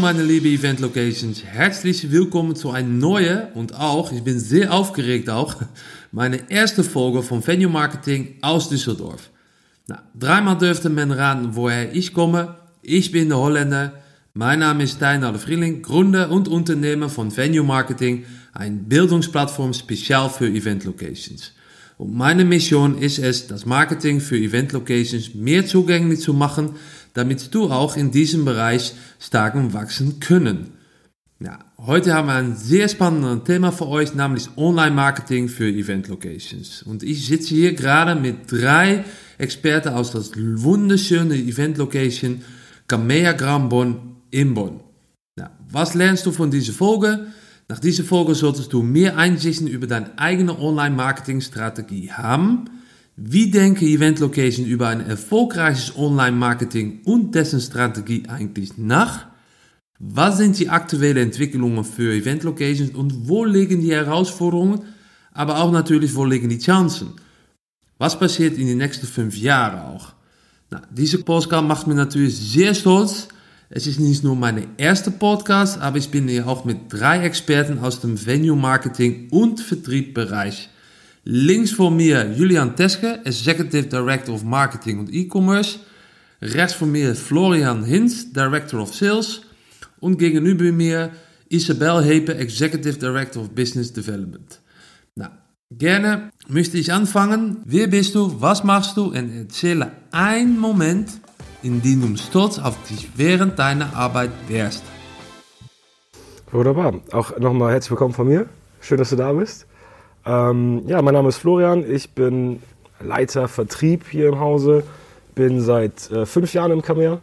meine liebe Event Locations, herzlich willkommen zu einer neuen und auch, ich bin sehr aufgeregt auch, meine erste Folge von Venue Marketing aus Düsseldorf. Dreimal dürfte men raten, woher ich komme. Ich bin der Holländer. Mein Name ist Stijn Frieling, Gründer und Unternehmer von Venue Marketing, ein Bildungsplattform speziell für Event Locations. Und meine Mission ist es, das Marketing für Event Locations mehr zugänglich zu machen, damit du auch in diesem Bereich stark wachsen können. Ja, heute haben wir ein sehr spannendes Thema für euch, nämlich Online-Marketing für Event Locations. Und ich sitze hier gerade mit 3 Experten aus das wunderschöne Event Location Kamea Grand Bonn in Bonn. Ja, was lernst du von dieser Folge? Nach dieser Folge solltest du mehr Einsichten über deine eigene Online-Marketing-Strategie haben. Wie denken Event Locations über ein erfolgreiches Online-Marketing und dessen Strategie eigentlich nach? Was sind die aktuellen Entwicklungen für Event Locations und wo liegen die Herausforderungen, aber auch natürlich, wo liegen die Chancen? Was passiert in den nächsten 5 Jahren auch? Diese Podcast macht mich natürlich sehr stolz. Es ist nicht nur meine erste Podcast, aber ich bin hier auch mit 3 Experten aus dem Venue Marketing und Vertriebbereich. Links von mir Julian Teske, Executive Director of Marketing und E-Commerce. Rechts von mir Florian Hinz, Director of Sales. Und gegenüber mir Isabel Hepe, Executive Director of Business Development. Gerne möchte ich anfangen. Wer bist du, was machst du und erzähle einen Moment, in dem du stolz auf dich während deiner Arbeit wärst. Wunderbar. Auch nochmal herzlich willkommen von mir. Schön, dass du da bist. Mein Name ist Florian. Ich bin Leiter Vertrieb hier im Hause. Bin seit 5 Jahren im Kamea.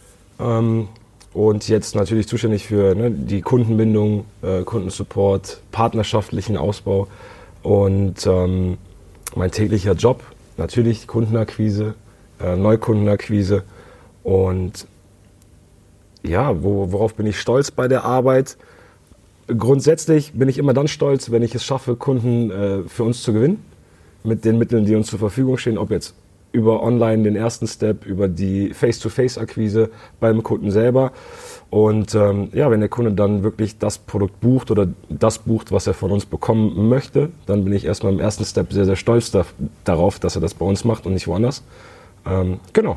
Und jetzt natürlich zuständig für die Kundenbindung, Kundensupport, partnerschaftlichen Ausbau. Und mein täglicher Job, natürlich Kundenakquise, Neukundenakquise. Und ja, worauf bin ich stolz bei der Arbeit? Grundsätzlich bin ich immer dann stolz, wenn ich es schaffe, Kunden für uns zu gewinnen, mit den Mitteln, die uns zur Verfügung stehen, ob jetzt über online den ersten Step, über die Face-to-Face-Akquise beim Kunden selber. Und wenn der Kunde dann wirklich das Produkt bucht oder das bucht, was er von uns bekommen möchte, dann bin ich erstmal im ersten Step sehr, sehr stolz darauf, dass er das bei uns macht und nicht woanders. Genau.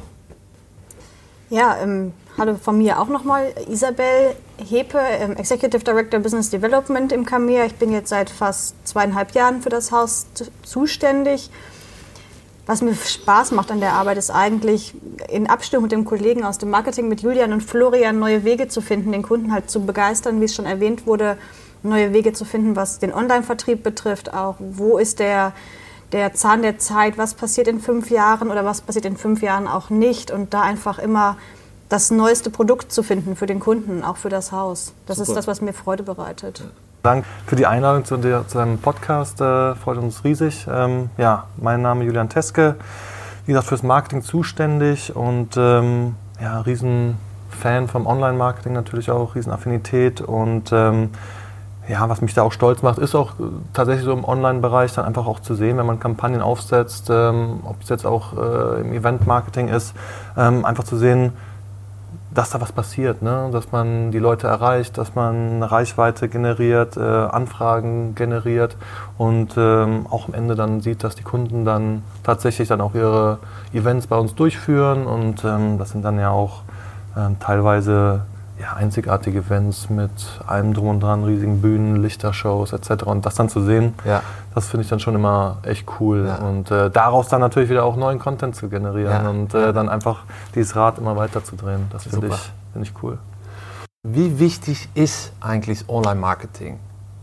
Ja, hallo von mir auch nochmal, Isabel Hepe, Executive Director Business Development im Kamea. Ich bin jetzt seit fast 2,5 Jahren für das Haus zuständig. Was mir Spaß macht an der Arbeit ist eigentlich, in Abstimmung mit den Kollegen aus dem Marketing, mit Julian und Florian, neue Wege zu finden, den Kunden halt zu begeistern, wie es schon erwähnt wurde, neue Wege zu finden, was den Online-Vertrieb betrifft, auch wo ist der Zahn der Zeit, was passiert in 5 Jahren oder was passiert in 5 Jahren auch nicht und da einfach immer das neueste Produkt zu finden für den Kunden, auch für das Haus. Das Super. Ist das, was mir Freude bereitet. Danke für die Einladung zu deinem Podcast, freut uns riesig. Mein Name ist Julian Teske, wie gesagt fürs Marketing zuständig und riesen Fan vom Online-Marketing natürlich auch, riesen Affinität und was mich da auch stolz macht, ist auch tatsächlich so im Online-Bereich dann einfach auch zu sehen, wenn man Kampagnen aufsetzt, ob es jetzt auch im Event-Marketing ist, einfach zu sehen, dass da was passiert, ne? Dass man die Leute erreicht, dass man eine Reichweite generiert, Anfragen generiert und auch am Ende dann sieht, dass die Kunden dann tatsächlich dann auch ihre Events bei uns durchführen und das sind dann ja auch teilweise einzigartige Events mit allem drum und dran, riesigen Bühnen, Lichtershows etc. Und das dann zu sehen, das finde ich dann schon immer echt cool. Ja. Und daraus dann natürlich wieder auch neuen Content zu generieren und dann einfach dieses Rad immer weiter zu drehen. Das finde ich cool. Wie wichtig ist eigentlich Online-Marketing?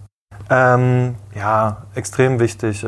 Extrem wichtig.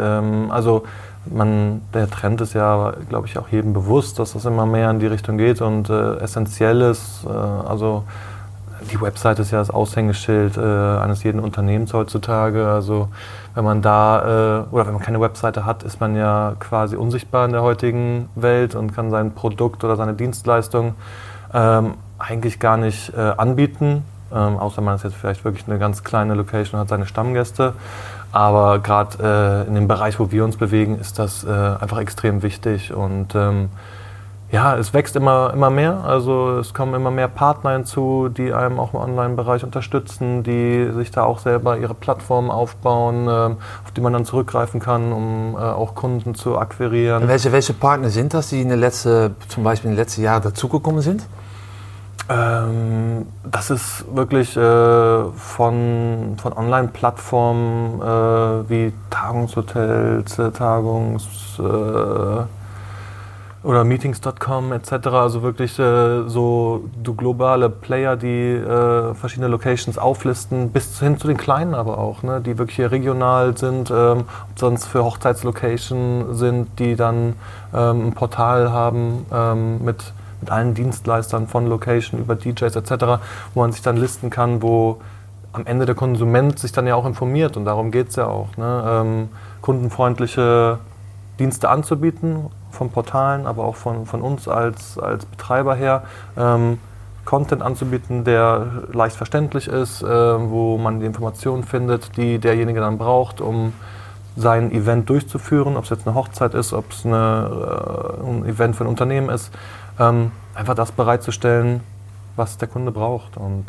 Der Trend ist ja, glaube ich, auch jedem bewusst, dass das immer mehr in die Richtung geht und essentiell ist. Die Website ist ja das Aushängeschild eines jeden Unternehmens heutzutage. Also wenn man wenn man keine Webseite hat, ist man ja quasi unsichtbar in der heutigen Welt und kann sein Produkt oder seine Dienstleistung eigentlich gar nicht anbieten. Außer man ist jetzt vielleicht wirklich eine ganz kleine Location und hat seine Stammgäste. Aber gerade in dem Bereich, wo wir uns bewegen, ist das einfach extrem wichtig. Und Ja, es wächst immer mehr. Also es kommen immer mehr Partner hinzu, die einem auch im Online-Bereich unterstützen, die sich da auch selber ihre Plattformen aufbauen, auf die man dann zurückgreifen kann, um auch Kunden zu akquirieren. Und welche Partner sind das, die zum Beispiel in den letzten Jahren dazugekommen sind? Das ist wirklich von Online-Plattformen wie Tagungshotels, oder Meetings.com etc. Also wirklich so globale Player, die verschiedene Locations auflisten, bis hin zu den kleinen aber auch, ne, die wirklich hier regional sind, sonst für Hochzeitslocation sind, die dann ein Portal haben mit allen Dienstleistern von Location über DJs etc., wo man sich dann listen kann, wo am Ende der Konsument sich dann ja auch informiert und darum geht es ja auch, ne, kundenfreundliche Dienste anzubieten, von Portalen, aber auch von uns als Betreiber her, Content anzubieten, der leicht verständlich ist, wo man die Informationen findet, die derjenige dann braucht, um sein Event durchzuführen, ob es jetzt eine Hochzeit ist, ob es ein Event für ein Unternehmen ist, einfach das bereitzustellen, was der Kunde braucht. Und,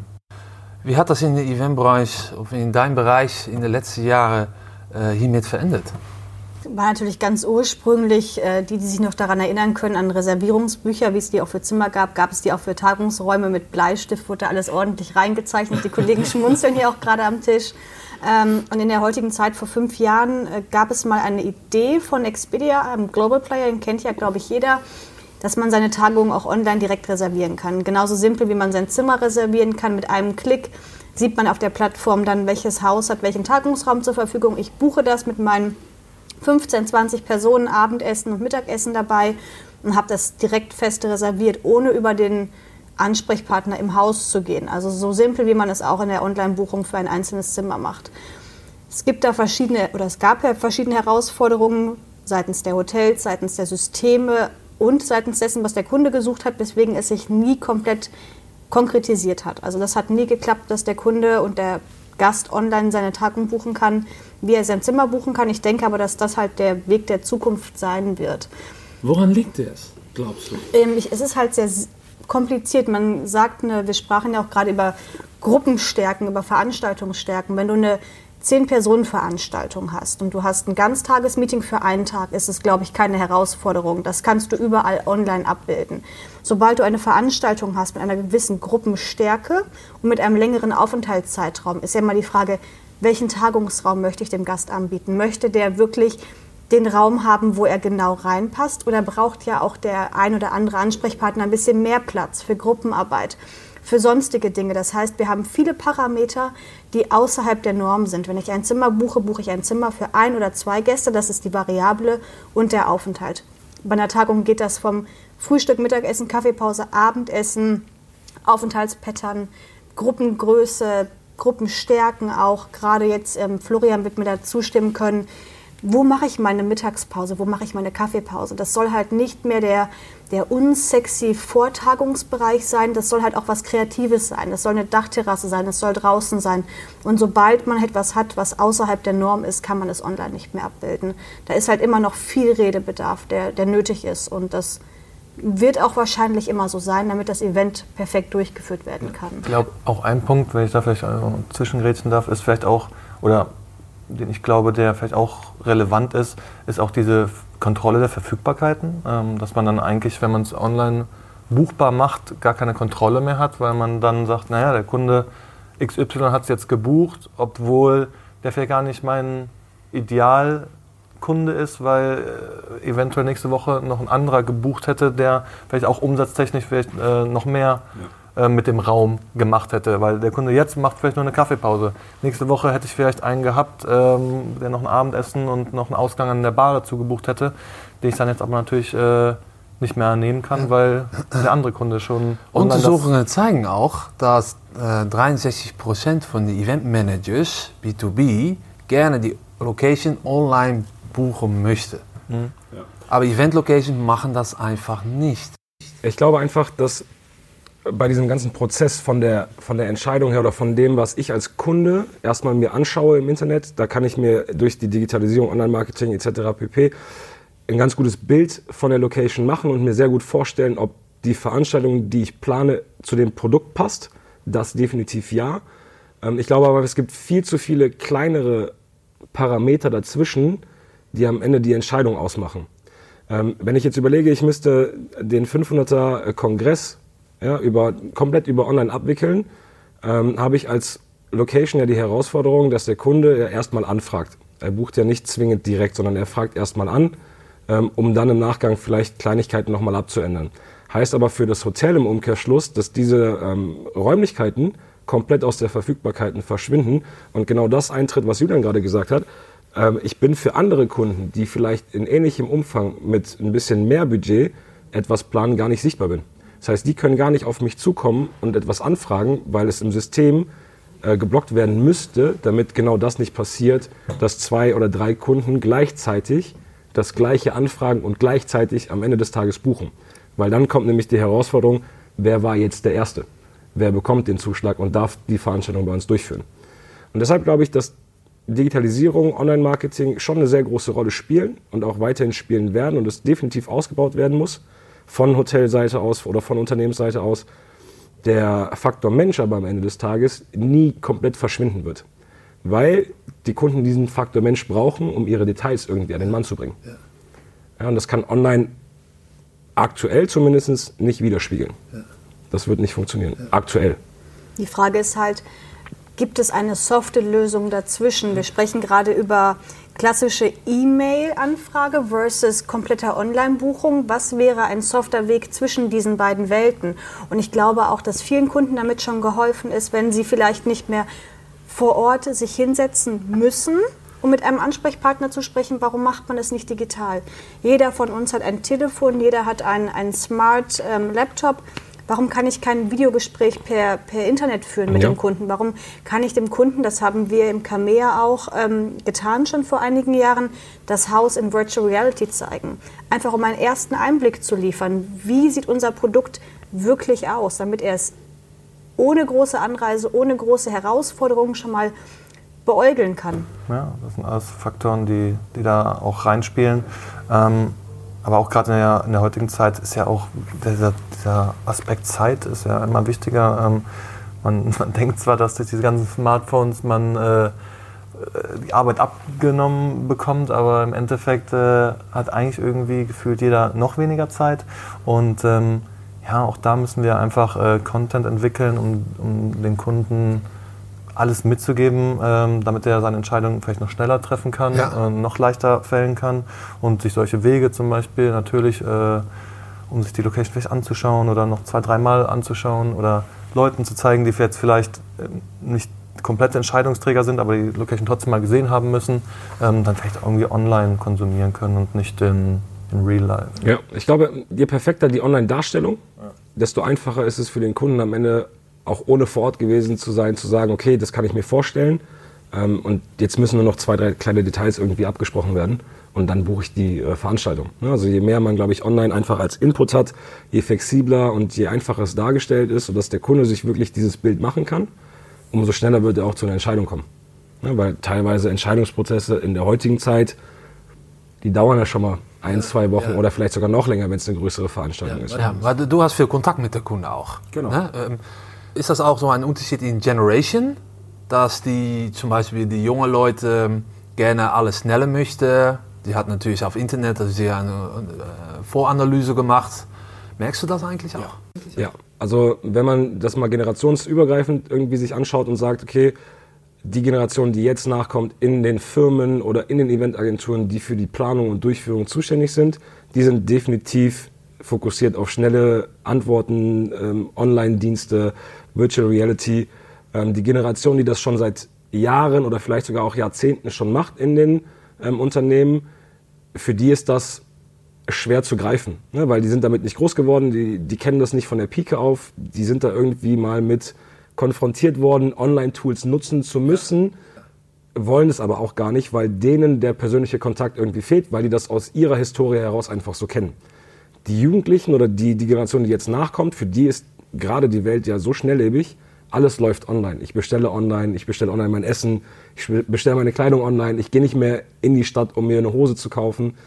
wie hat das in den Eventbereich, in deinem Bereich in den letzten Jahren hiermit verändert? War natürlich ganz ursprünglich, die sich noch daran erinnern können, an Reservierungsbücher, wie es die auch für Zimmer gab es die auch für Tagungsräume mit Bleistift, wurde da alles ordentlich reingezeichnet. Die Kollegen schmunzeln hier auch gerade am Tisch. Und in der heutigen Zeit, vor 5 Jahren, gab es mal eine Idee von Expedia, einem Global Player, den kennt ja, glaube ich, jeder, dass man seine Tagungen auch online direkt reservieren kann. Genauso simpel, wie man sein Zimmer reservieren kann. Mit einem Klick sieht man auf der Plattform dann, welches Haus hat welchen Tagungsraum zur Verfügung. Ich buche das mit meinen 15, 20 Personen, Abendessen und Mittagessen dabei und habe das direkt fest reserviert, ohne über den Ansprechpartner im Haus zu gehen. Also so simpel, wie man es auch in der Online-Buchung für ein einzelnes Zimmer macht. Es gab ja verschiedene Herausforderungen seitens der Hotels, seitens der Systeme und seitens dessen, was der Kunde gesucht hat, weswegen es sich nie komplett konkretisiert hat. Also das hat nie geklappt, dass der Kunde und der Gast online seine Tagung buchen kann, wie er sein Zimmer buchen kann. Ich denke aber, dass das halt der Weg der Zukunft sein wird. Woran liegt es, glaubst du? Es ist halt sehr kompliziert. Man sagt, wir sprachen ja auch gerade über Gruppenstärken, über Veranstaltungsstärken. Wenn du eine 10-Personen-Veranstaltung hast und du hast ein Ganztagesmeeting für einen Tag, ist es, glaube ich, keine Herausforderung. Das kannst du überall online abbilden. Sobald du eine Veranstaltung hast mit einer gewissen Gruppenstärke und mit einem längeren Aufenthaltszeitraum, ist ja immer die Frage, welchen Tagungsraum möchte ich dem Gast anbieten? Möchte der wirklich den Raum haben, wo er genau reinpasst? Oder braucht ja auch der ein oder andere Ansprechpartner ein bisschen mehr Platz für Gruppenarbeit, für sonstige Dinge? Das heißt, wir haben viele Parameter, die außerhalb der Norm sind. Wenn ich ein Zimmer buche, buche ich ein Zimmer für 1 oder 2 Gäste. Das ist die Variable und der Aufenthalt. Bei einer Tagung geht das vom Frühstück, Mittagessen, Kaffeepause, Abendessen, Aufenthaltspattern, Gruppengröße, Gruppenstärken auch. Gerade jetzt, Florian wird mir da zustimmen können, wo mache ich meine Mittagspause, wo mache ich meine Kaffeepause? Das soll halt nicht mehr der unsexy Vortagungsbereich sein, das soll halt auch was Kreatives sein. Das soll eine Dachterrasse sein, das soll draußen sein. Und sobald man etwas hat, was außerhalb der Norm ist, kann man es online nicht mehr abbilden. Da ist halt immer noch viel Redebedarf, der nötig ist. Und das wird auch wahrscheinlich immer so sein, damit das Event perfekt durchgeführt werden kann. Ich glaube, auch ein Punkt, wenn ich da vielleicht zwischengrätschen darf, ist vielleicht auch, oder den ich glaube, der vielleicht auch relevant ist auch diese Kontrolle der Verfügbarkeiten, dass man dann eigentlich, wenn man es online buchbar macht, gar keine Kontrolle mehr hat, weil man dann sagt, naja, der Kunde XY hat es jetzt gebucht, obwohl der vielleicht gar nicht mein Idealkunde ist, weil eventuell nächste Woche noch ein anderer gebucht hätte, der vielleicht auch umsatztechnisch vielleicht noch mehr mit dem Raum gemacht hätte, weil der Kunde jetzt macht vielleicht nur eine Kaffeepause. Nächste Woche hätte ich vielleicht einen gehabt, der noch ein Abendessen und noch einen Ausgang an der Bar dazu gebucht hätte, den ich dann jetzt aber natürlich nicht mehr nehmen kann, weil der andere Kunde schon online... Untersuchungen zeigen auch, dass 63% von den Eventmanagers, B2B, gerne die Location online buchen möchten. Mhm. Ja. Aber Event-Location machen das einfach nicht. Ich glaube einfach, dass bei diesem ganzen Prozess von der Entscheidung her oder von dem, was ich als Kunde erstmal mir anschaue im Internet, da kann ich mir durch die Digitalisierung, Online-Marketing etc. pp. ein ganz gutes Bild von der Location machen und mir sehr gut vorstellen, ob die Veranstaltung, die ich plane, zu dem Produkt passt. Das definitiv ja. Ich glaube aber, es gibt viel zu viele kleinere Parameter dazwischen, die am Ende die Entscheidung ausmachen. Wenn ich jetzt überlege, ich müsste den 500er Kongress komplett über online abwickeln, habe ich als Location ja die Herausforderung, dass der Kunde ja erstmal anfragt. Er bucht ja nicht zwingend direkt, sondern er fragt erstmal an, um dann im Nachgang vielleicht Kleinigkeiten nochmal abzuändern. Heißt aber für das Hotel im Umkehrschluss, dass diese Räumlichkeiten komplett aus der Verfügbarkeit verschwinden und genau das eintritt, was Julian gerade gesagt hat. Ich bin für andere Kunden, die vielleicht in ähnlichem Umfang mit ein bisschen mehr Budget etwas planen, gar nicht sichtbar bin. Das heißt, die können gar nicht auf mich zukommen und etwas anfragen, weil es im System geblockt werden müsste, damit genau das nicht passiert, dass 2 oder 3 Kunden gleichzeitig das gleiche anfragen und gleichzeitig am Ende des Tages buchen. Weil dann kommt nämlich die Herausforderung, wer war jetzt der Erste? Wer bekommt den Zuschlag und darf die Veranstaltung bei uns durchführen? Und deshalb glaube ich, dass Digitalisierung, Online-Marketing schon eine sehr große Rolle spielen und auch weiterhin spielen werden und es definitiv ausgebaut werden muss, von Hotelseite aus oder von Unternehmensseite aus. Der Faktor Mensch aber am Ende des Tages nie komplett verschwinden wird, weil die Kunden diesen Faktor Mensch brauchen, um ihre Details irgendwie an den Mann zu bringen. Ja, und das kann online aktuell zumindest nicht widerspiegeln. Das wird nicht funktionieren, aktuell. Die Frage ist halt, gibt es eine softe Lösung dazwischen? Wir sprechen gerade über klassische E-Mail-Anfrage versus kompletter Online-Buchung. Was wäre ein softer Weg zwischen diesen beiden Welten? Und ich glaube auch, dass vielen Kunden damit schon geholfen ist, wenn sie vielleicht nicht mehr vor Ort sich hinsetzen müssen, um mit einem Ansprechpartner zu sprechen. Warum macht man es nicht digital? Jeder von uns hat ein Telefon, jeder hat einen Smart Laptop. Warum kann ich kein Videogespräch per Internet führen mit dem Kunden? Warum kann ich dem Kunden, das haben wir im Kamea auch getan schon vor einigen Jahren, das Haus in Virtual Reality zeigen? Einfach um einen ersten Einblick zu liefern. Wie sieht unser Produkt wirklich aus, damit er es ohne große Anreise, ohne große Herausforderungen schon mal beäugeln kann? Ja, das sind alles Faktoren, die da auch reinspielen. Aber auch gerade in der heutigen Zeit ist ja auch dieser Aspekt Zeit ist ja immer wichtiger. Man denkt zwar, dass durch diese ganzen Smartphones man die Arbeit abgenommen bekommt, aber im Endeffekt hat eigentlich irgendwie gefühlt jeder noch weniger Zeit. Und auch da müssen wir einfach Content entwickeln, um den Kunden alles mitzugeben, damit er seine Entscheidung vielleicht noch schneller treffen kann, noch leichter fällen kann und sich solche Wege zum Beispiel natürlich, um sich die Location vielleicht anzuschauen oder noch 2-3 Mal anzuschauen oder Leuten zu zeigen, die jetzt vielleicht nicht komplette Entscheidungsträger sind, aber die Location trotzdem mal gesehen haben müssen, dann vielleicht irgendwie online konsumieren können und nicht in Real Life. Ja, ich glaube, je perfekter die Online-Darstellung, desto einfacher ist es für den Kunden am Ende, auch ohne vor Ort gewesen zu sein, zu sagen, okay, das kann ich mir vorstellen und jetzt müssen nur noch 2-3 kleine Details irgendwie abgesprochen werden und dann buche ich die Veranstaltung. Also je mehr man, glaube ich, online einfach als Input hat, je flexibler und je einfacher es dargestellt ist, sodass der Kunde sich wirklich dieses Bild machen kann, umso schneller wird er auch zu einer Entscheidung kommen. Weil teilweise Entscheidungsprozesse in der heutigen Zeit, die dauern ja schon mal 1-2 Wochen oder vielleicht sogar noch länger, wenn es eine größere Veranstaltung ist. Ja, weil du hast viel Kontakt mit der Kunde auch. Genau. Ne? Ist das auch so ein Unterschied in Generation, dass die zum Beispiel die jungen Leute gerne alles schneller möchten? Die hat natürlich auf Internet eine Voranalyse gemacht. Merkst du das eigentlich auch? Ja, also wenn man das mal generationsübergreifend irgendwie sich anschaut und sagt, okay, die Generation, die jetzt nachkommt in den Firmen oder in den Eventagenturen, die für die Planung und Durchführung zuständig sind, die sind definitiv fokussiert auf schnelle Antworten, Online-Dienste, Virtual Reality. Die Generation, die das schon seit Jahren oder vielleicht sogar auch Jahrzehnten schon macht in den Unternehmen, für die ist das schwer zu greifen, ne? Weil die sind damit nicht groß geworden, die kennen das nicht von der Pike auf, die sind da irgendwie mal mit konfrontiert worden, Online-Tools nutzen zu müssen, wollen es aber auch gar nicht, weil denen der persönliche Kontakt irgendwie fehlt, weil die das aus ihrer Historie heraus einfach so kennen. Die Jugendlichen oder die Generation, die jetzt nachkommt, für die ist gerade die Welt ja so schnelllebig, alles läuft online. Ich bestelle online mein Essen, ich bestelle meine Kleidung online, ich gehe nicht mehr in die Stadt, um mir eine Hose zu kaufen.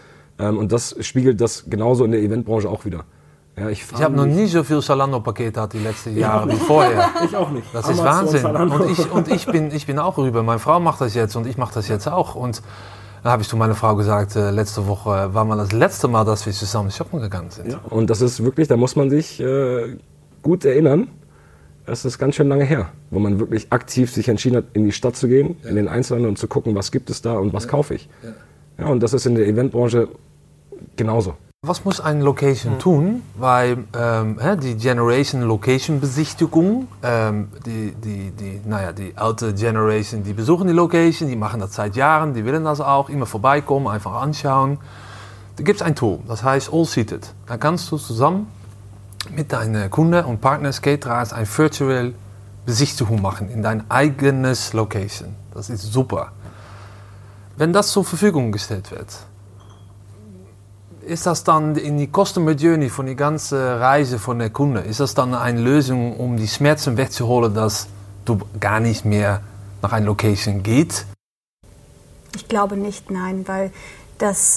Und das spiegelt das genauso in der Eventbranche auch wieder. Ja, ich habe noch nie so viel Zalando-Pakete gehabt die letzten Jahre wie vorher. Ich auch nicht. Das ist Wahnsinn. Und ich bin auch rüber. Meine Frau macht das jetzt und ich mache das jetzt auch. Und da habe ich zu meiner Frau gesagt, letzte Woche war mal das letzte Mal, dass wir zusammen shoppen gegangen sind. Ja, und das ist wirklich, da muss man sich gut erinnern, das ist ganz schön lange her, wo man wirklich aktiv sich entschieden hat, in die Stadt zu gehen, in den Einzelhandel und zu gucken, was gibt es da und was kaufe ich. Ja, und das ist in der Eventbranche genauso. Was muss eine Location tun? Weil die Generation Location Besichtigung, die alte Generation, die besuchen die Location, die machen das seit Jahren, die wollen das auch, immer vorbeikommen, einfach anschauen. Da gibt es ein Tool, das heißt All Seated. Da kannst du zusammen mit deinen Kunden und Partners, Caterers, eine virtuelle Besichtigung machen in dein eigenes Location. Das ist super. Wenn das zur Verfügung gestellt wird, ist das dann in die Customer Journey von die ganze Reise von der Kunde, ist das dann eine Lösung, um die Schmerzen wegzuholen, dass du gar nicht mehr nach einer Location geht? Ich glaube nicht, nein, weil das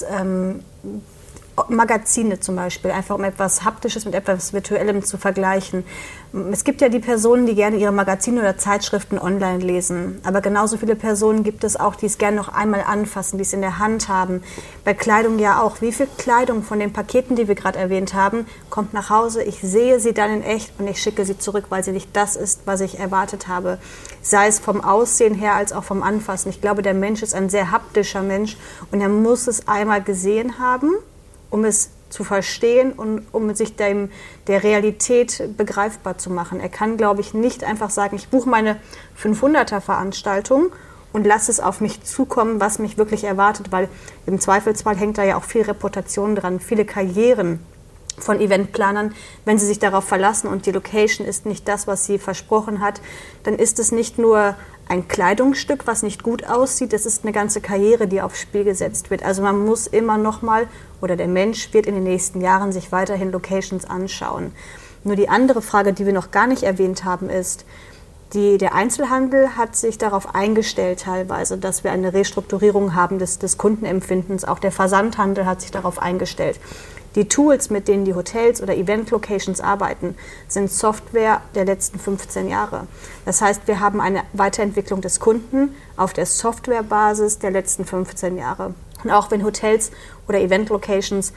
Magazine zum Beispiel, einfach um etwas Haptisches mit etwas Virtuellem zu vergleichen. Es gibt ja die Personen, die gerne ihre Magazine oder Zeitschriften online lesen. Aber genauso viele Personen gibt es auch, die es gerne noch einmal anfassen, die es in der Hand haben. Bei Kleidung ja auch. Wie viel Kleidung von den Paketen, die wir gerade erwähnt haben, kommt nach Hause, ich sehe sie dann in echt und ich schicke sie zurück, weil sie nicht das ist, was ich erwartet habe. Sei es vom Aussehen her als auch vom Anfassen. Ich glaube, der Mensch ist ein sehr haptischer Mensch und er muss es einmal gesehen haben, um es zu verstehen und um sich der Realität begreifbar zu machen. Er kann, glaube ich, nicht einfach sagen, ich buche meine 500er-Veranstaltung und lasse es auf mich zukommen, was mich wirklich erwartet, weil im Zweifelsfall hängt da ja auch viel Reputation dran, viele Karrieren von Eventplanern. Wenn sie sich darauf verlassen und die Location ist nicht das, was sie versprochen hat, dann ist es nicht nur ein Kleidungsstück, was nicht gut aussieht, das ist eine ganze Karriere, die aufs Spiel gesetzt wird. Also man muss immer noch mal, oder der Mensch wird in den nächsten Jahren sich weiterhin Locations anschauen. Nur die andere Frage, die wir noch gar nicht erwähnt haben, ist, der Einzelhandel hat sich darauf eingestellt teilweise, dass wir eine Restrukturierung haben des Kundenempfindens. Auch der Versandhandel hat sich darauf eingestellt. Die Tools, mit denen die Hotels oder Event-Locations arbeiten, sind Software der letzten 15 Jahre. Das heißt, wir haben eine Weiterentwicklung des Kunden auf der Softwarebasis der letzten 15 Jahre. Und auch wenn Hotels oder Event-Locations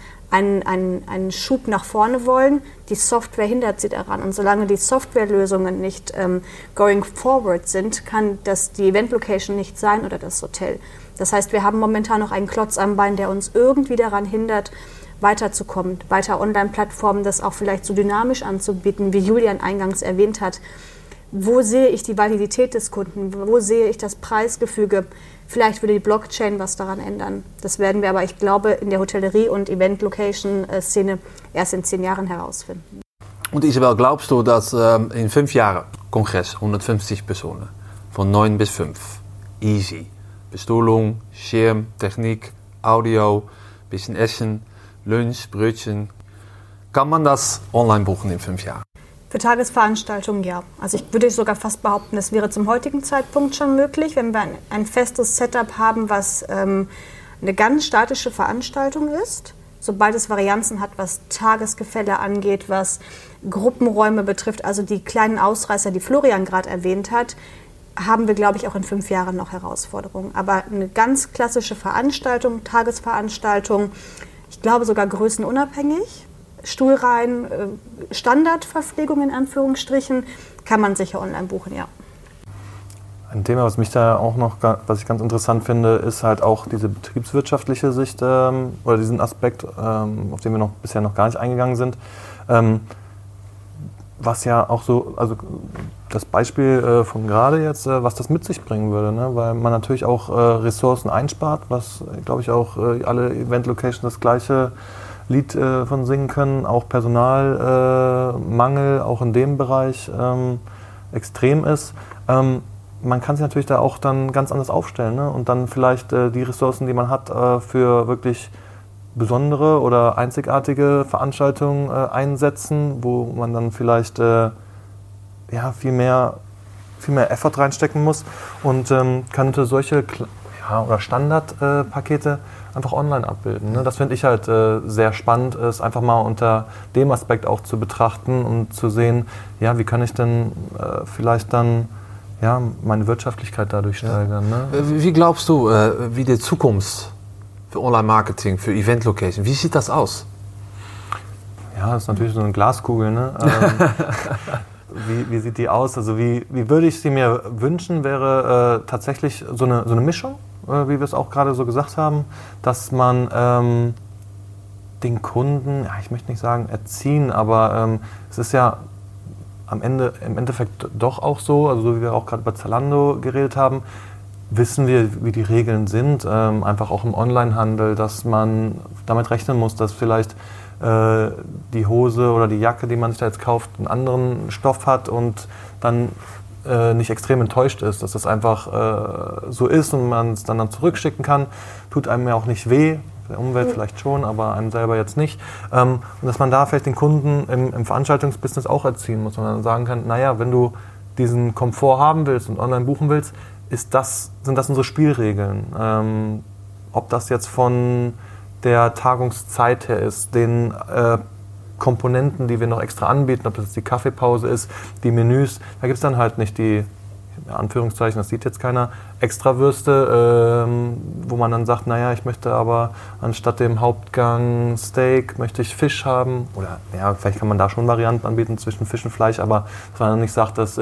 einen Schub nach vorne wollen, die Software hindert sie daran. Und solange die Softwarelösungen nicht going forward sind, kann das die Event-Location nicht sein oder das Hotel. Das heißt, wir haben momentan noch einen Klotz am Bein, der uns irgendwie daran hindert, weiterzukommen, weiter Online-Plattformen das auch vielleicht so dynamisch anzubieten, wie Julian eingangs erwähnt hat. Wo sehe ich die Validität des Kunden? Wo sehe ich das Preisgefüge? Vielleicht würde die Blockchain was daran ändern. Das werden wir aber, ich glaube, in der Hotellerie- und Event-Location-Szene erst in 10 Jahren herausfinden. Und Isabel, glaubst du, dass in 5 Jahren Kongress, 150 Personen, von 9 bis 5, easy, Bestuhlung, Schirm, Technik, Audio, bisschen Essen, Lunch, Brötchen. Kann man das online buchen in 5 Jahren? Für Tagesveranstaltungen ja. Also ich würde sogar fast behaupten, es wäre zum heutigen Zeitpunkt schon möglich, wenn wir ein festes Setup haben, was eine ganz statische Veranstaltung ist. Sobald es Varianzen hat, was Tagesgefälle angeht, was Gruppenräume betrifft, also die kleinen Ausreißer, die Florian gerade erwähnt hat, haben wir, glaube ich, auch in 5 Jahren noch Herausforderungen. Aber eine ganz klassische Veranstaltung, Tagesveranstaltung, ich glaube sogar größenunabhängig, Stuhlreihen, Standardverpflegung in Anführungsstrichen, kann man sicher online buchen, ja. Ein Thema, was mich da auch noch, was ich ganz interessant finde, ist halt auch diese betriebswirtschaftliche Sicht oder diesen Aspekt, auf den wir bisher noch gar nicht eingegangen sind. Was ja auch so, also das Beispiel von gerade jetzt, was das mit sich bringen würde, ne? Weil man natürlich auch Ressourcen einspart, was, glaube ich, auch alle Event-Locations das gleiche Lied von singen können, auch Personalmangel auch in dem Bereich extrem ist. Man kann sich natürlich da auch dann ganz anders aufstellen, ne? Und dann vielleicht die Ressourcen, die man hat, für wirklich besondere oder einzigartige Veranstaltungen einsetzen, wo man dann vielleicht viel mehr Effort reinstecken muss und könnte solche oder Standardpakete einfach online abbilden. Ne? Das finde ich halt sehr spannend, es einfach mal unter dem Aspekt auch zu betrachten und zu sehen, ja, wie kann ich denn vielleicht dann meine Wirtschaftlichkeit dadurch steigern. Ne? Wie glaubst du, wie die Zukunft für Online-Marketing, für Event-Location, wie sieht das aus? Ja, das ist natürlich so eine Glaskugel. Ne? Wie sieht die aus? Also wie würde ich sie mir wünschen, wäre tatsächlich so eine Mischung, wie wir es auch gerade so gesagt haben, dass man den Kunden, ich möchte nicht sagen erziehen, aber es ist ja im Endeffekt doch auch so, also so wie wir auch gerade bei Zalando geredet haben, wissen wir, wie die Regeln sind, einfach auch im Onlinehandel, dass man damit rechnen muss, dass vielleicht die Hose oder die Jacke, die man sich da jetzt kauft, einen anderen Stoff hat und dann nicht extrem enttäuscht ist, dass das einfach so ist und man es dann zurückschicken kann, tut einem ja auch nicht weh, der Umwelt vielleicht schon, aber einem selber jetzt nicht. Und dass man da vielleicht den Kunden im Veranstaltungsbusiness auch erziehen muss und dann sagen kann, naja, wenn du diesen Komfort haben willst und online buchen willst, sind das unsere Spielregeln. Ob das jetzt von der Tagungszeit her ist, den Komponenten, die wir noch extra anbieten, ob das jetzt die Kaffeepause ist, die Menüs, da gibt es dann halt nicht die, in Anführungszeichen, das sieht jetzt keiner, Extrawürste, wo man dann sagt, naja, ich möchte aber anstatt dem Hauptgang Steak, möchte ich Fisch haben. Oder ja, vielleicht kann man da schon Varianten anbieten zwischen Fisch und Fleisch, aber dass man dann nicht sagt, dass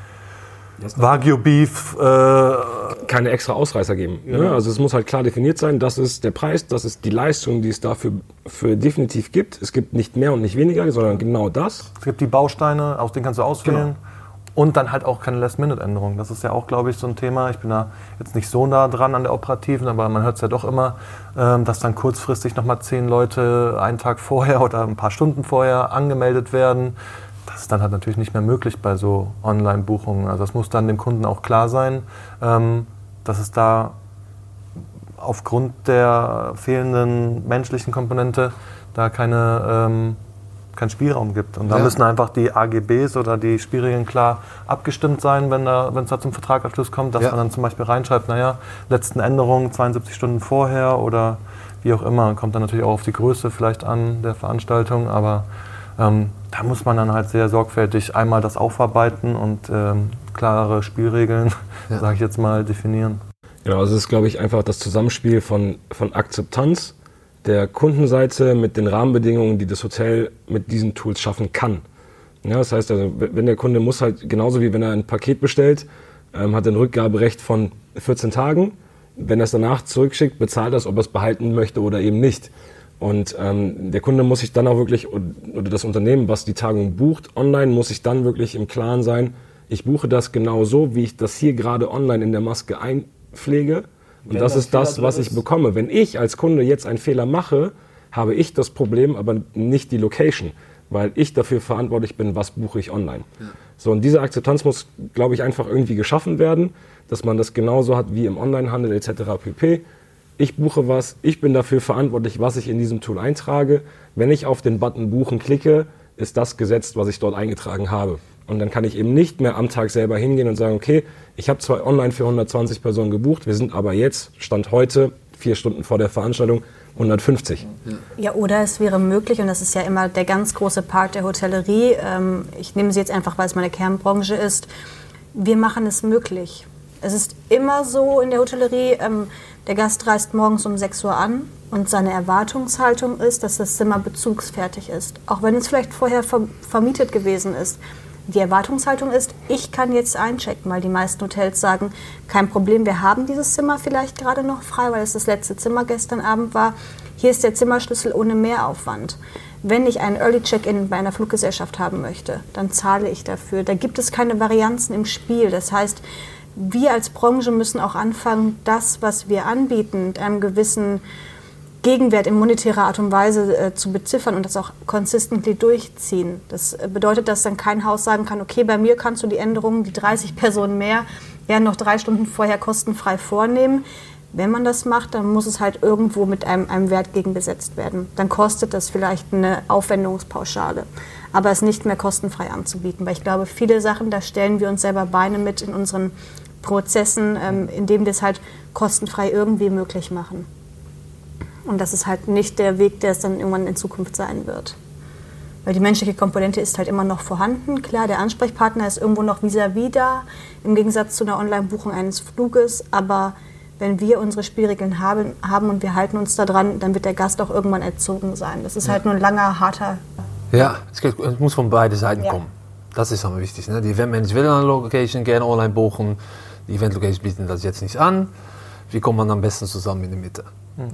Wagyu Beef keine extra Ausreißer geben. Ne? Also es muss halt klar definiert sein, das ist der Preis, das ist die Leistung, die es dafür definitiv gibt. Es gibt nicht mehr und nicht weniger, sondern genau das. Es gibt die Bausteine, aus denen kannst du auswählen. Genau. Und dann halt auch keine Last-Minute-Änderung. Das ist ja auch, glaube ich, so ein Thema. Ich bin da jetzt nicht so nah dran an der Operativen, aber man hört es ja doch immer, dass dann kurzfristig nochmal 10 Leute einen Tag vorher oder ein paar Stunden vorher angemeldet werden. Das ist dann halt natürlich nicht mehr möglich bei so Online-Buchungen. Also das muss dann dem Kunden auch klar sein, dass es da aufgrund der fehlenden menschlichen Komponente da keinen Spielraum gibt. Und da müssen einfach die AGBs oder die Spielregeln klar abgestimmt sein, wenn es da zum Vertragsabschluss kommt, dass man dann zum Beispiel reinschreibt, naja, letzten Änderungen 72 Stunden vorher oder wie auch immer. Kommt dann natürlich auch auf die Größe vielleicht an der Veranstaltung, aber da muss man dann halt sehr sorgfältig einmal das aufarbeiten und klare Spielregeln, sage ich jetzt mal, definieren. Genau, also es ist, glaube ich, einfach das Zusammenspiel von Akzeptanz der Kundenseite mit den Rahmenbedingungen, die das Hotel mit diesen Tools schaffen kann. Ja, das heißt, also, wenn der Kunde muss halt, genauso wie wenn er ein Paket bestellt, hat er ein Rückgaberecht von 14 Tagen. Wenn er es danach zurückschickt, bezahlt er es, ob er es behalten möchte oder eben nicht. Und der Kunde muss sich dann auch wirklich, oder das Unternehmen, was die Tagung bucht, online, muss sich dann wirklich im Klaren sein, ich buche das genau so, wie ich das hier gerade online in der Maske einpflege. Und das ist das, was ich bekomme. Wenn ich als Kunde jetzt einen Fehler mache, habe ich das Problem, aber nicht die Location, weil ich dafür verantwortlich bin, was buche ich online. Ja. So, und diese Akzeptanz muss, glaube ich, einfach irgendwie geschaffen werden, dass man das genauso hat wie im Onlinehandel etc. pp. Ich buche was, ich bin dafür verantwortlich, was ich in diesem Tool eintrage. Wenn ich auf den Button Buchen klicke, ist das gesetzt, was ich dort eingetragen habe. Und dann kann ich eben nicht mehr am Tag selber hingehen und sagen, okay, ich habe zwar online für 120 Personen gebucht, wir sind aber jetzt, Stand heute, 4 Stunden vor der Veranstaltung, 150. Ja, oder es wäre möglich, und das ist ja immer der ganz große Part der Hotellerie, ich nehme sie jetzt einfach, weil es meine Kernbranche ist, wir machen es möglich. Es ist immer so in der Hotellerie, der Gast reist morgens um 6 Uhr an und seine Erwartungshaltung ist, dass das Zimmer bezugsfertig ist. Auch wenn es vielleicht vorher vermietet gewesen ist. Die Erwartungshaltung ist, ich kann jetzt einchecken, weil die meisten Hotels sagen, kein Problem, wir haben dieses Zimmer vielleicht gerade noch frei, weil es das letzte Zimmer gestern Abend war. Hier ist der Zimmerschlüssel ohne Mehraufwand. Wenn ich einen Early Check-in bei einer Fluggesellschaft haben möchte, dann zahle ich dafür. Da gibt es keine Varianzen im Spiel. Das heißt, wir als Branche müssen auch anfangen, das, was wir anbieten, mit einem gewissen Gegenwert in monetärer Art und Weise zu beziffern und das auch consistently durchziehen. Das bedeutet, dass dann kein Haus sagen kann, okay, bei mir kannst du die Änderungen, die 30 Personen mehr, ja noch 3 Stunden vorher kostenfrei vornehmen. Wenn man das macht, dann muss es halt irgendwo mit einem Wert gegenbesetzt werden. Dann kostet das vielleicht eine Aufwendungspauschale, aber es nicht mehr kostenfrei anzubieten. Weil ich glaube, viele Sachen, da stellen wir uns selber Beine mit in unseren Prozessen, indem wir es halt kostenfrei irgendwie möglich machen. Und das ist halt nicht der Weg, der es dann irgendwann in Zukunft sein wird. Weil die menschliche Komponente ist halt immer noch vorhanden. Klar, der Ansprechpartner ist irgendwo noch vis-à-vis da, im Gegensatz zu einer Online-Buchung eines Fluges. Aber wenn wir unsere Spielregeln haben und wir halten uns da dran, dann wird der Gast auch irgendwann erzogen sein. Das ist halt nur ein langer, harter... Ja, es muss von beiden Seiten kommen. Das ist am wichtigsten. Ne? Die Eventmanager willen eine Location gerne online buchen. Die Event-Locations bieten das jetzt nicht an. Wie kommt man am besten zusammen in die Mitte?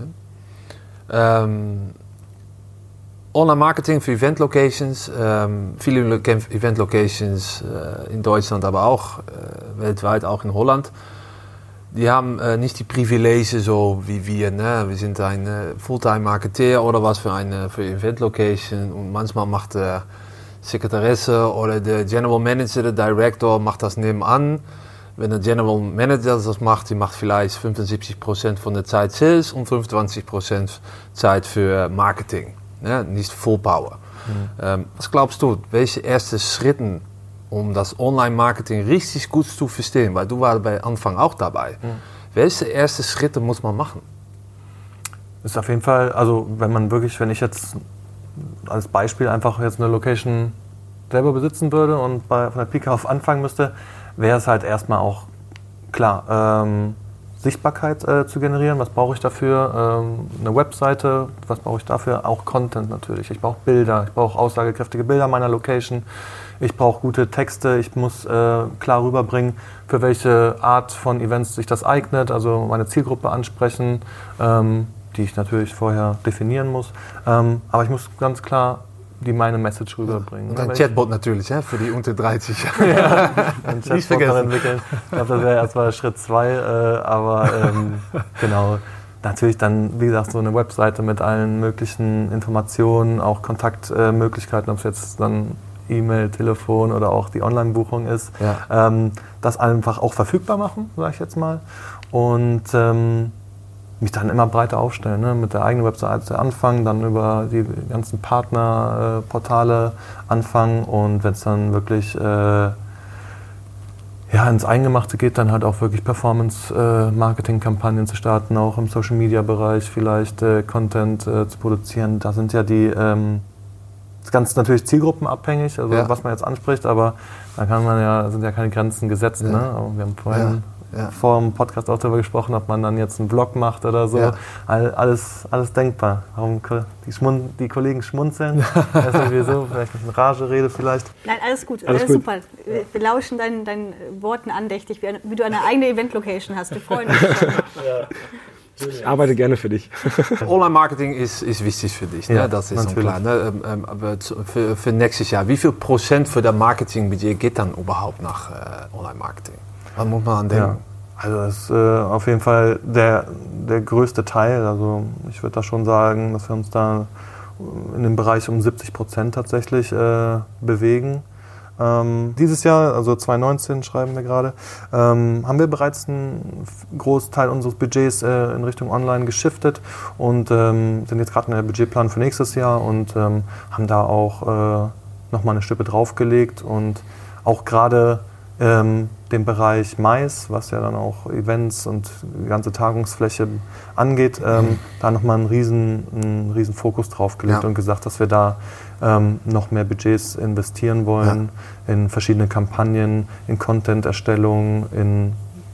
Online-Marketing für Event-Locations. Viele Event-Locations in Deutschland, aber auch weltweit, auch in Holland. Die haben nicht die Privilegien so wie wir. Ne? Wir sind ein Fulltime-Marketeer oder was für Event-Location. Und manchmal macht der Sekretaresse oder der General Manager, der Director, macht das nebenan. Wenn der General Manager das macht, die macht vielleicht 75% von der Zeit Sales und 25% Zeit für Marketing. Ne? Nicht Full Power. Was glaubst du, welche ersten Schritte, um das Online-Marketing richtig gut zu verstehen? Weil du warst bei Anfang auch dabei. Welche ersten Schritte muss man machen? Ist auf jeden Fall, also wenn ich jetzt als Beispiel einfach jetzt eine Location selber besitzen würde und von der Pike auf anfangen müsste, wäre es halt erstmal auch klar, Sichtbarkeit zu generieren. Was brauche ich dafür? Eine Webseite, was brauche ich dafür? Auch Content natürlich. Ich brauche Bilder, ich brauche aussagekräftige Bilder meiner Location. Ich brauche gute Texte, ich muss klar rüberbringen, für welche Art von Events sich das eignet, also meine Zielgruppe ansprechen, die ich natürlich vorher definieren muss. Aber ich muss ganz klar meine Message rüberbringen. Und ein Chatbot natürlich, ja, für die unter 30. Ja, ein Chatbot dann entwickeln. Ich glaube, das wäre erstmal Schritt 2, aber genau. Natürlich dann, wie gesagt, so eine Webseite mit allen möglichen Informationen, auch Kontaktmöglichkeiten, ob es jetzt dann E-Mail, Telefon oder auch die Online-Buchung ist. Ja. Das einfach auch verfügbar machen, sage ich jetzt mal. Und mich dann immer breiter aufstellen, ne? Mit der eigenen Webseite anfangen, dann über die ganzen Partnerportale anfangen und wenn es dann wirklich ins Eingemachte geht, dann halt auch wirklich Performance-Marketing-Kampagnen zu starten, auch im Social-Media-Bereich vielleicht Content zu produzieren. Da sind ja das Ganze natürlich zielgruppenabhängig, also was man jetzt anspricht, aber da sind ja keine Grenzen gesetzt. Ja. Ne? Aber wir haben vorhin vor dem Podcast auch darüber gesprochen, ob man dann jetzt einen Vlog macht oder so. Ja. Alles denkbar. Warum die Kollegen schmunzeln? Weiß nicht wieso, vielleicht nicht in Rage rede vielleicht. Nein, alles gut. Alles super. Wir lauschen deinen Worten andächtig, wie du eine eigene Event-Location hast. Wir freuen uns schon. Ich arbeite gerne für dich. Online-Marketing ist wichtig für dich, ne? Ja, das ist natürlich klar. Ne? Aber für nächstes Jahr, wie viel Prozent für das Marketingbudget geht dann überhaupt nach Online-Marketing? Was muss man an denken? Ja, also das ist auf jeden Fall der größte Teil. Also ich würde da schon sagen, dass wir uns da in dem Bereich um 70% tatsächlich bewegen. Dieses Jahr, also 2019 schreiben wir gerade, haben wir bereits einen Großteil unseres Budgets in Richtung Online geschiftet und sind jetzt gerade in der Budgetplanung für nächstes Jahr und haben da auch nochmal eine Schippe draufgelegt und auch gerade den Bereich Mais, was ja dann auch Events und die ganze Tagungsfläche angeht, da nochmal einen riesen Fokus draufgelegt und gesagt, dass wir da noch mehr Budgets investieren wollen in verschiedene Kampagnen, in Content-Erstellung, in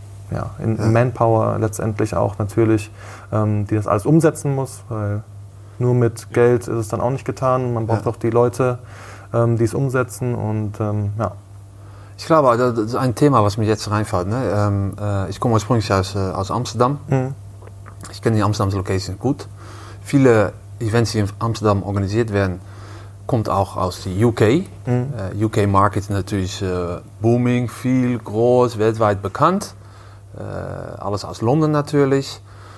Manpower letztendlich auch natürlich, die das alles umsetzen muss, weil nur mit Geld ist es dann auch nicht getan. Man braucht auch die Leute, die es umsetzen und Ich glaube, das ist ein Thema, was mir jetzt reinfällt. Ne? Ich komme ursprünglich aus Amsterdam. Ich kenne die Amsterdamse Location gut. Viele Events, die in Amsterdam organisiert werden, kommt auch aus der UK. UK Market ist natürlich booming, viel, groß, weltweit bekannt. Alles aus London natürlich.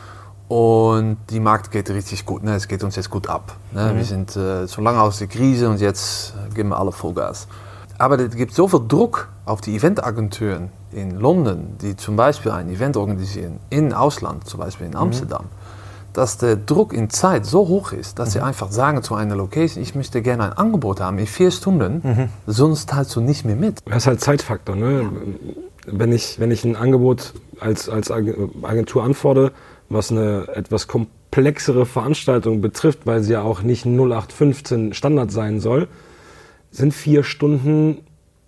Und die Markt geht richtig gut. Ne? Es geht uns jetzt gut ab. Ne? Wir sind so lange aus der Krise und jetzt geben wir alle Vollgas. Aber es gibt so viel Druck auf die Eventagenturen in London, die zum Beispiel ein Event organisieren im Ausland, zum Beispiel in Amsterdam, dass der Druck in Zeit so hoch ist, dass sie einfach sagen zu einer Location, ich möchte gerne ein Angebot haben in 4 Stunden, sonst teilst du nicht mehr mit. Das ist halt Zeitfaktor. Ne? Ja. Wenn ich ein Angebot als Agentur anfordere, was eine etwas komplexere Veranstaltung betrifft, weil sie ja auch nicht 0815 Standard sein soll, sind 4 Stunden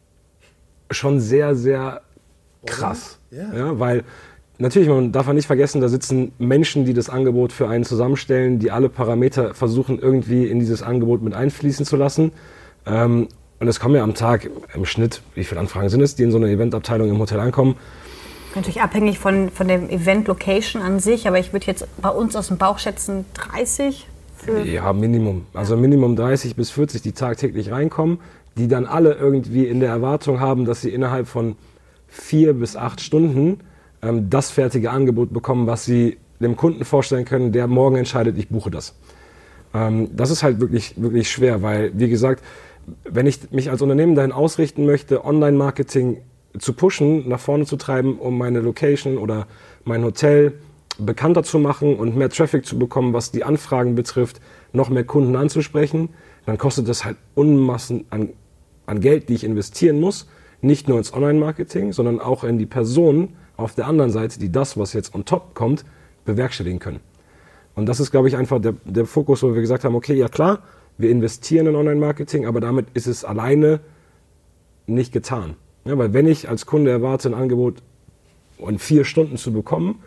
schon sehr, sehr krass. Ja, weil natürlich, man darf nicht vergessen, da sitzen Menschen, die das Angebot für einen zusammenstellen, die alle Parameter versuchen irgendwie in dieses Angebot mit einfließen zu lassen. Und es kommen ja am Tag im Schnitt, wie viele Anfragen sind es, die in so einer Eventabteilung im Hotel ankommen? Natürlich abhängig von dem Event-Location an sich, aber ich würde jetzt bei uns aus dem Bauch schätzen 30. Ja, Minimum. Also Minimum 30 bis 40, die tagtäglich reinkommen, die dann alle irgendwie in der Erwartung haben, dass sie innerhalb von 4 bis 8 Stunden das fertige Angebot bekommen, was sie dem Kunden vorstellen können, der morgen entscheidet, ich buche das. Das ist halt wirklich, wirklich schwer, weil, wie gesagt, wenn ich mich als Unternehmen dahin ausrichten möchte, Online-Marketing zu pushen, nach vorne zu treiben, um meine Location oder mein Hotel bekannter zu machen und mehr Traffic zu bekommen, was die Anfragen betrifft, noch mehr Kunden anzusprechen, dann kostet das halt Unmassen an Geld, die ich investieren muss. Nicht nur ins Online-Marketing, sondern auch in die Personen auf der anderen Seite, die das, was jetzt on top kommt, bewerkstelligen können. Und das ist, glaube ich, einfach der Fokus, wo wir gesagt haben, okay, ja klar, wir investieren in Online-Marketing, aber damit ist es alleine nicht getan. Ja, weil wenn ich als Kunde erwarte, ein Angebot in 4 Stunden zu bekommen,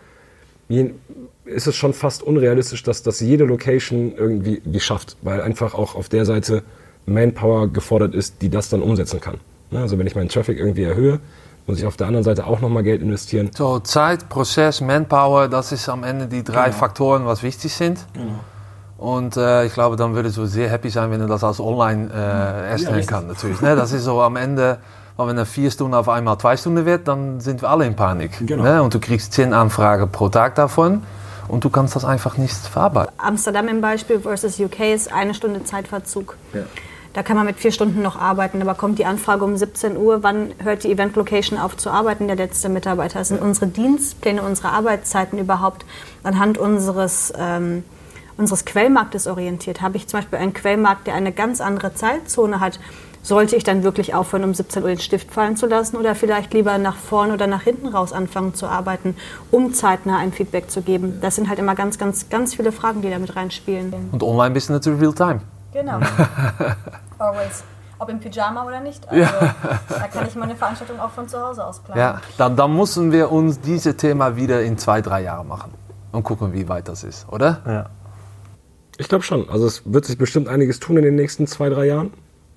ist es schon fast unrealistisch, dass jede Location irgendwie die schafft, weil einfach auch auf der Seite Manpower gefordert ist, die das dann umsetzen kann. Also wenn ich meinen Traffic irgendwie erhöhe, muss ich auf der anderen Seite auch nochmal Geld investieren. So, Zeit, Prozess, Manpower, das ist am Ende die 3 Faktoren, was wichtig sind. Und ich glaube, dann würdest du sehr happy sein, wenn du das als online erstellen kannst. Natürlich. Ne? Das ist so am Ende, wenn er 4 Stunden auf einmal 2 Stunden wird, dann sind wir alle in Panik. Genau. Ne? Und du kriegst 10 Anfragen pro Tag davon und du kannst das einfach nicht verarbeiten. Amsterdam im Beispiel versus UK ist 1 Stunde Zeitverzug. Ja. Da kann man mit 4 Stunden noch arbeiten, aber kommt die Anfrage um 17 Uhr, wann hört die Event-Location auf zu arbeiten, der letzte Mitarbeiter? Das sind unsere Dienstpläne, unsere Arbeitszeiten überhaupt anhand unseres Quellmarktes orientiert. Habe ich zum Beispiel einen Quellmarkt, der eine ganz andere Zeitzone hat, sollte ich dann wirklich aufhören, um 17 Uhr den Stift fallen zu lassen oder vielleicht lieber nach vorne oder nach hinten raus anfangen zu arbeiten, um zeitnah ein Feedback zu geben? Das sind halt immer ganz, ganz, ganz viele Fragen, die da mit reinspielen. Und online bist du natürlich real-time. Genau. Always. Ob im Pyjama oder nicht. Also, da kann ich meine Veranstaltung auch von zu Hause aus planen. Ja, dann müssen wir uns dieses Thema wieder in 2-3 Jahren machen und gucken, wie weit das ist, oder? Ja. Ich glaube schon. Also es wird sich bestimmt einiges tun in den nächsten 2-3 Jahren.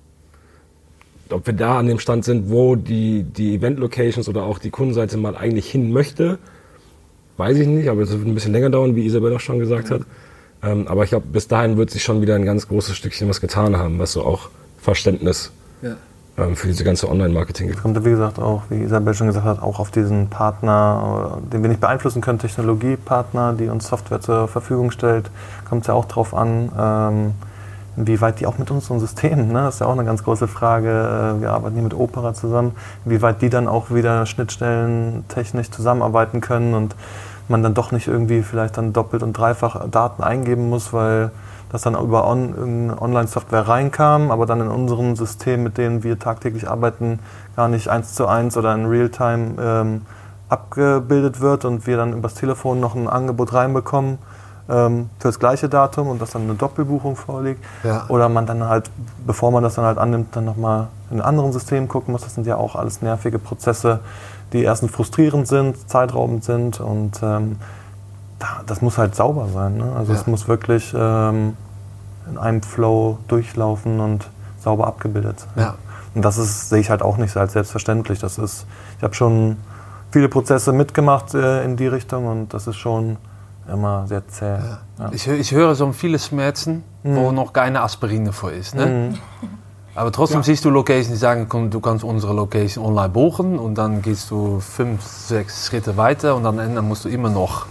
Ob wir da an dem Stand sind, wo die Event-Locations oder auch die Kundenseite mal eigentlich hin möchte, weiß ich nicht. Aber es wird ein bisschen länger dauern, wie Isabel auch schon gesagt hat. Aber ich glaube, bis dahin wird sich schon wieder ein ganz großes Stückchen was getan haben, was so auch Verständnis für diese ganze Online-Marketing gibt. Kommt, wie gesagt, auch, wie Isabel schon gesagt hat, auch auf diesen Partner, den wir nicht beeinflussen können, Technologiepartner, die uns Software zur Verfügung stellt, kommt es ja auch drauf an, inwieweit die auch mit unseren Systemen, ne? Das ist ja auch eine ganz große Frage, wir arbeiten hier mit Opera zusammen, inwieweit die dann auch wieder Schnittstellen technisch zusammenarbeiten können und man dann doch nicht irgendwie vielleicht dann doppelt und dreifach Daten eingeben muss, weil das dann über Online-Software reinkam, aber dann in unserem System, mit denen wir tagtäglich arbeiten, gar nicht 1:1 oder in Realtime abgebildet wird und wir dann übers Telefon noch ein Angebot reinbekommen für das gleiche Datum und dass dann eine Doppelbuchung vorliegt. Ja. Oder man dann halt, bevor man das dann halt annimmt, dann nochmal in einem anderen System gucken muss. Das sind ja auch alles nervige Prozesse, die erstens frustrierend sind, zeitraubend sind und das muss halt sauber sein. Ne? Also es muss wirklich in einem Flow durchlaufen und sauber abgebildet sein. Ja. Und das sehe ich halt auch nicht als selbstverständlich. Ich habe schon viele Prozesse mitgemacht in die Richtung und das ist schon immer sehr zäh. Ja. Ja. Ich höre so viele Schmerzen, wo noch keine Aspirine vor ist. Ne? Aber trotzdem siehst du Locations, die sagen, du kannst unsere Location online buchen und dann gehst du 5-6 Schritte weiter und am Ende musst du immer noch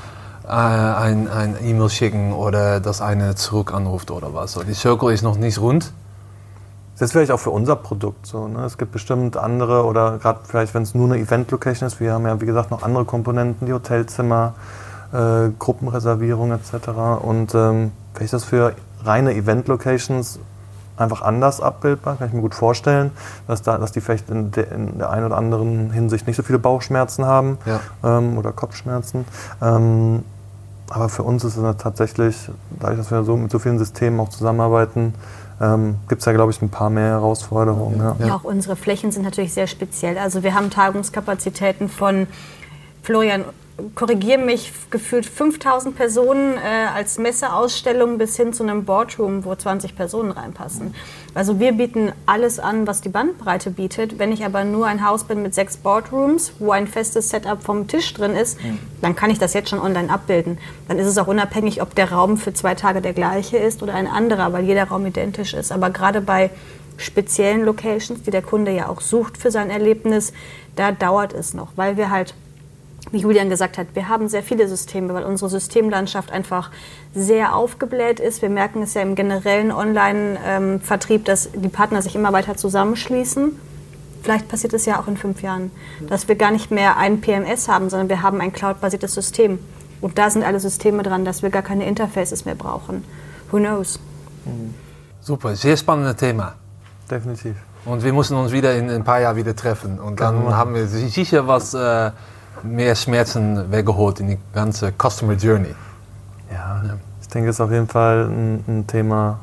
ein E-Mail schicken oder dass einer zurück anruft oder was. So, die Circle ist noch nicht rund. Das ist vielleicht auch für unser Produkt so. Ne? Es gibt bestimmt andere oder gerade vielleicht, wenn es nur eine Event-Location ist, wir haben ja wie gesagt noch andere Komponenten, die Hotelzimmer, Gruppenreservierung etc. Und vielleicht ist das für reine Event-Locations einfach anders abbildbar, kann ich mir gut vorstellen, dass die vielleicht in der einen oder anderen Hinsicht nicht so viele Bauchschmerzen haben oder Kopfschmerzen. Aber für uns ist es tatsächlich, dadurch, dass wir so mit so vielen Systemen auch zusammenarbeiten, gibt es ja, glaube ich, ein paar mehr Herausforderungen. Ja, auch unsere Flächen sind natürlich sehr speziell. Also wir haben Tagungskapazitäten von, Florian, korrigiere mich, gefühlt 5000 Personen als Messeausstellung bis hin zu einem Boardroom, wo 20 Personen reinpassen. Also wir bieten alles an, was die Bandbreite bietet. Wenn ich aber nur ein Haus bin mit 6 Boardrooms, wo ein festes Setup vom Tisch drin ist, dann kann ich das jetzt schon online abbilden. Dann ist es auch unabhängig, ob der Raum für 2 Tage der gleiche ist oder ein anderer, weil jeder Raum identisch ist. Aber gerade bei speziellen Locations, die der Kunde ja auch sucht für sein Erlebnis, da dauert es noch, weil wir halt, wie Julian gesagt hat, wir haben sehr viele Systeme, weil unsere Systemlandschaft einfach sehr aufgebläht ist. Wir merken es ja im generellen Online-Vertrieb, dass die Partner sich immer weiter zusammenschließen. Vielleicht passiert es ja auch in 5 Jahren, dass wir gar nicht mehr ein PMS haben, sondern wir haben ein cloud-basiertes System. Und da sind alle Systeme dran, dass wir gar keine Interfaces mehr brauchen. Who knows? Super, sehr spannendes Thema. Definitiv. Und wir müssen uns wieder in ein paar Jahren wieder treffen. Und dann haben wir sicher was mehr Schmerzen weggeholt in die ganze Customer Journey. Ja, ich denke, es ist auf jeden Fall ein Thema,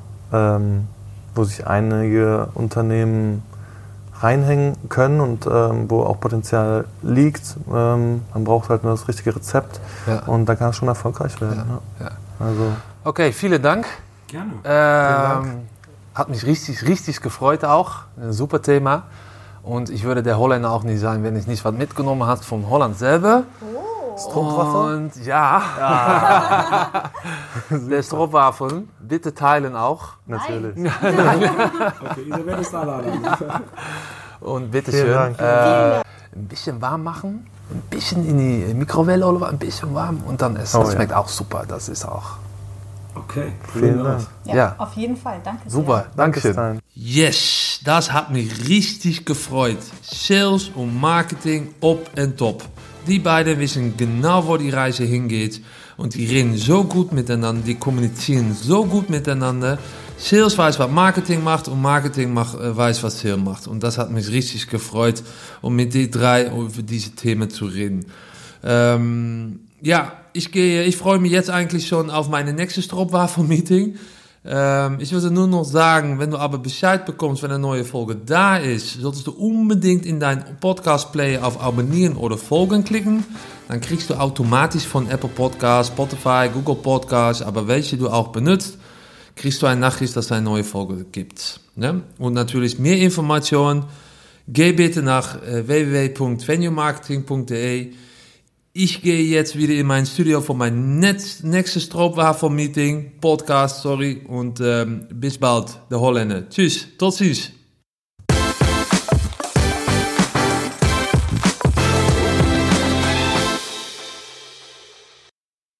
wo sich einige Unternehmen reinhängen können und wo auch Potenzial liegt. Man braucht halt nur das richtige Rezept und dann kann es schon erfolgreich werden. Ja. Also. Okay, vielen Dank. Gerne. Vielen Dank. Hat mich richtig gefreut auch. Ein super Thema. Und ich würde der Holländer auch nicht sein, wenn ich nicht was mitgenommen habe von Holland selber. Stroopwaffeln? Und ja, der Stroopwaffeln. Bitte teilen auch. Natürlich. Okay, Isabel ist da. Und bitte Vielen schön. Dank. Ein bisschen warm machen, ein bisschen in die Mikrowelle oder ein bisschen warm und dann essen. Das schmeckt auch super. Das ist auch. Okay, Vielen Dank. Ja. Auf jeden Fall. Danke sehr. Super, Dankeschön. Stein. Yes, das hat mich richtig gefreut. Sales und Marketing op en top. Die beiden wissen genau, wo die Reise hingeht. Und die reden so gut miteinander, die kommunizieren so gut miteinander. Sales weiß, was Marketing macht und Marketing weiß, was Sales macht. Und das hat mich richtig gefreut, um mit die 3 über diese Themen zu reden. Ja, ich freue mich jetzt eigentlich schon auf meine nächste Stroopwafel-Meeting. Ich würde nur noch sagen, wenn du aber Bescheid bekommst, wenn eine neue Folge da ist, solltest du unbedingt in deinen Podcast-Player auf Abonnieren oder Folgen klicken. Dann kriegst du automatisch von Apple Podcasts, Spotify, Google Podcasts, aber welche du auch benutzt, kriegst du eine Nachricht, dass es eine neue Folge gibt. Ne? Und natürlich mehr Informationen, geh bitte nach www.venuemarketing.de. Ich gehe jetzt wieder in mein Studio für mein nächstes Stroopwafel-Meeting, Podcast, und bis bald, der Holländer. Tschüss, tot ziens.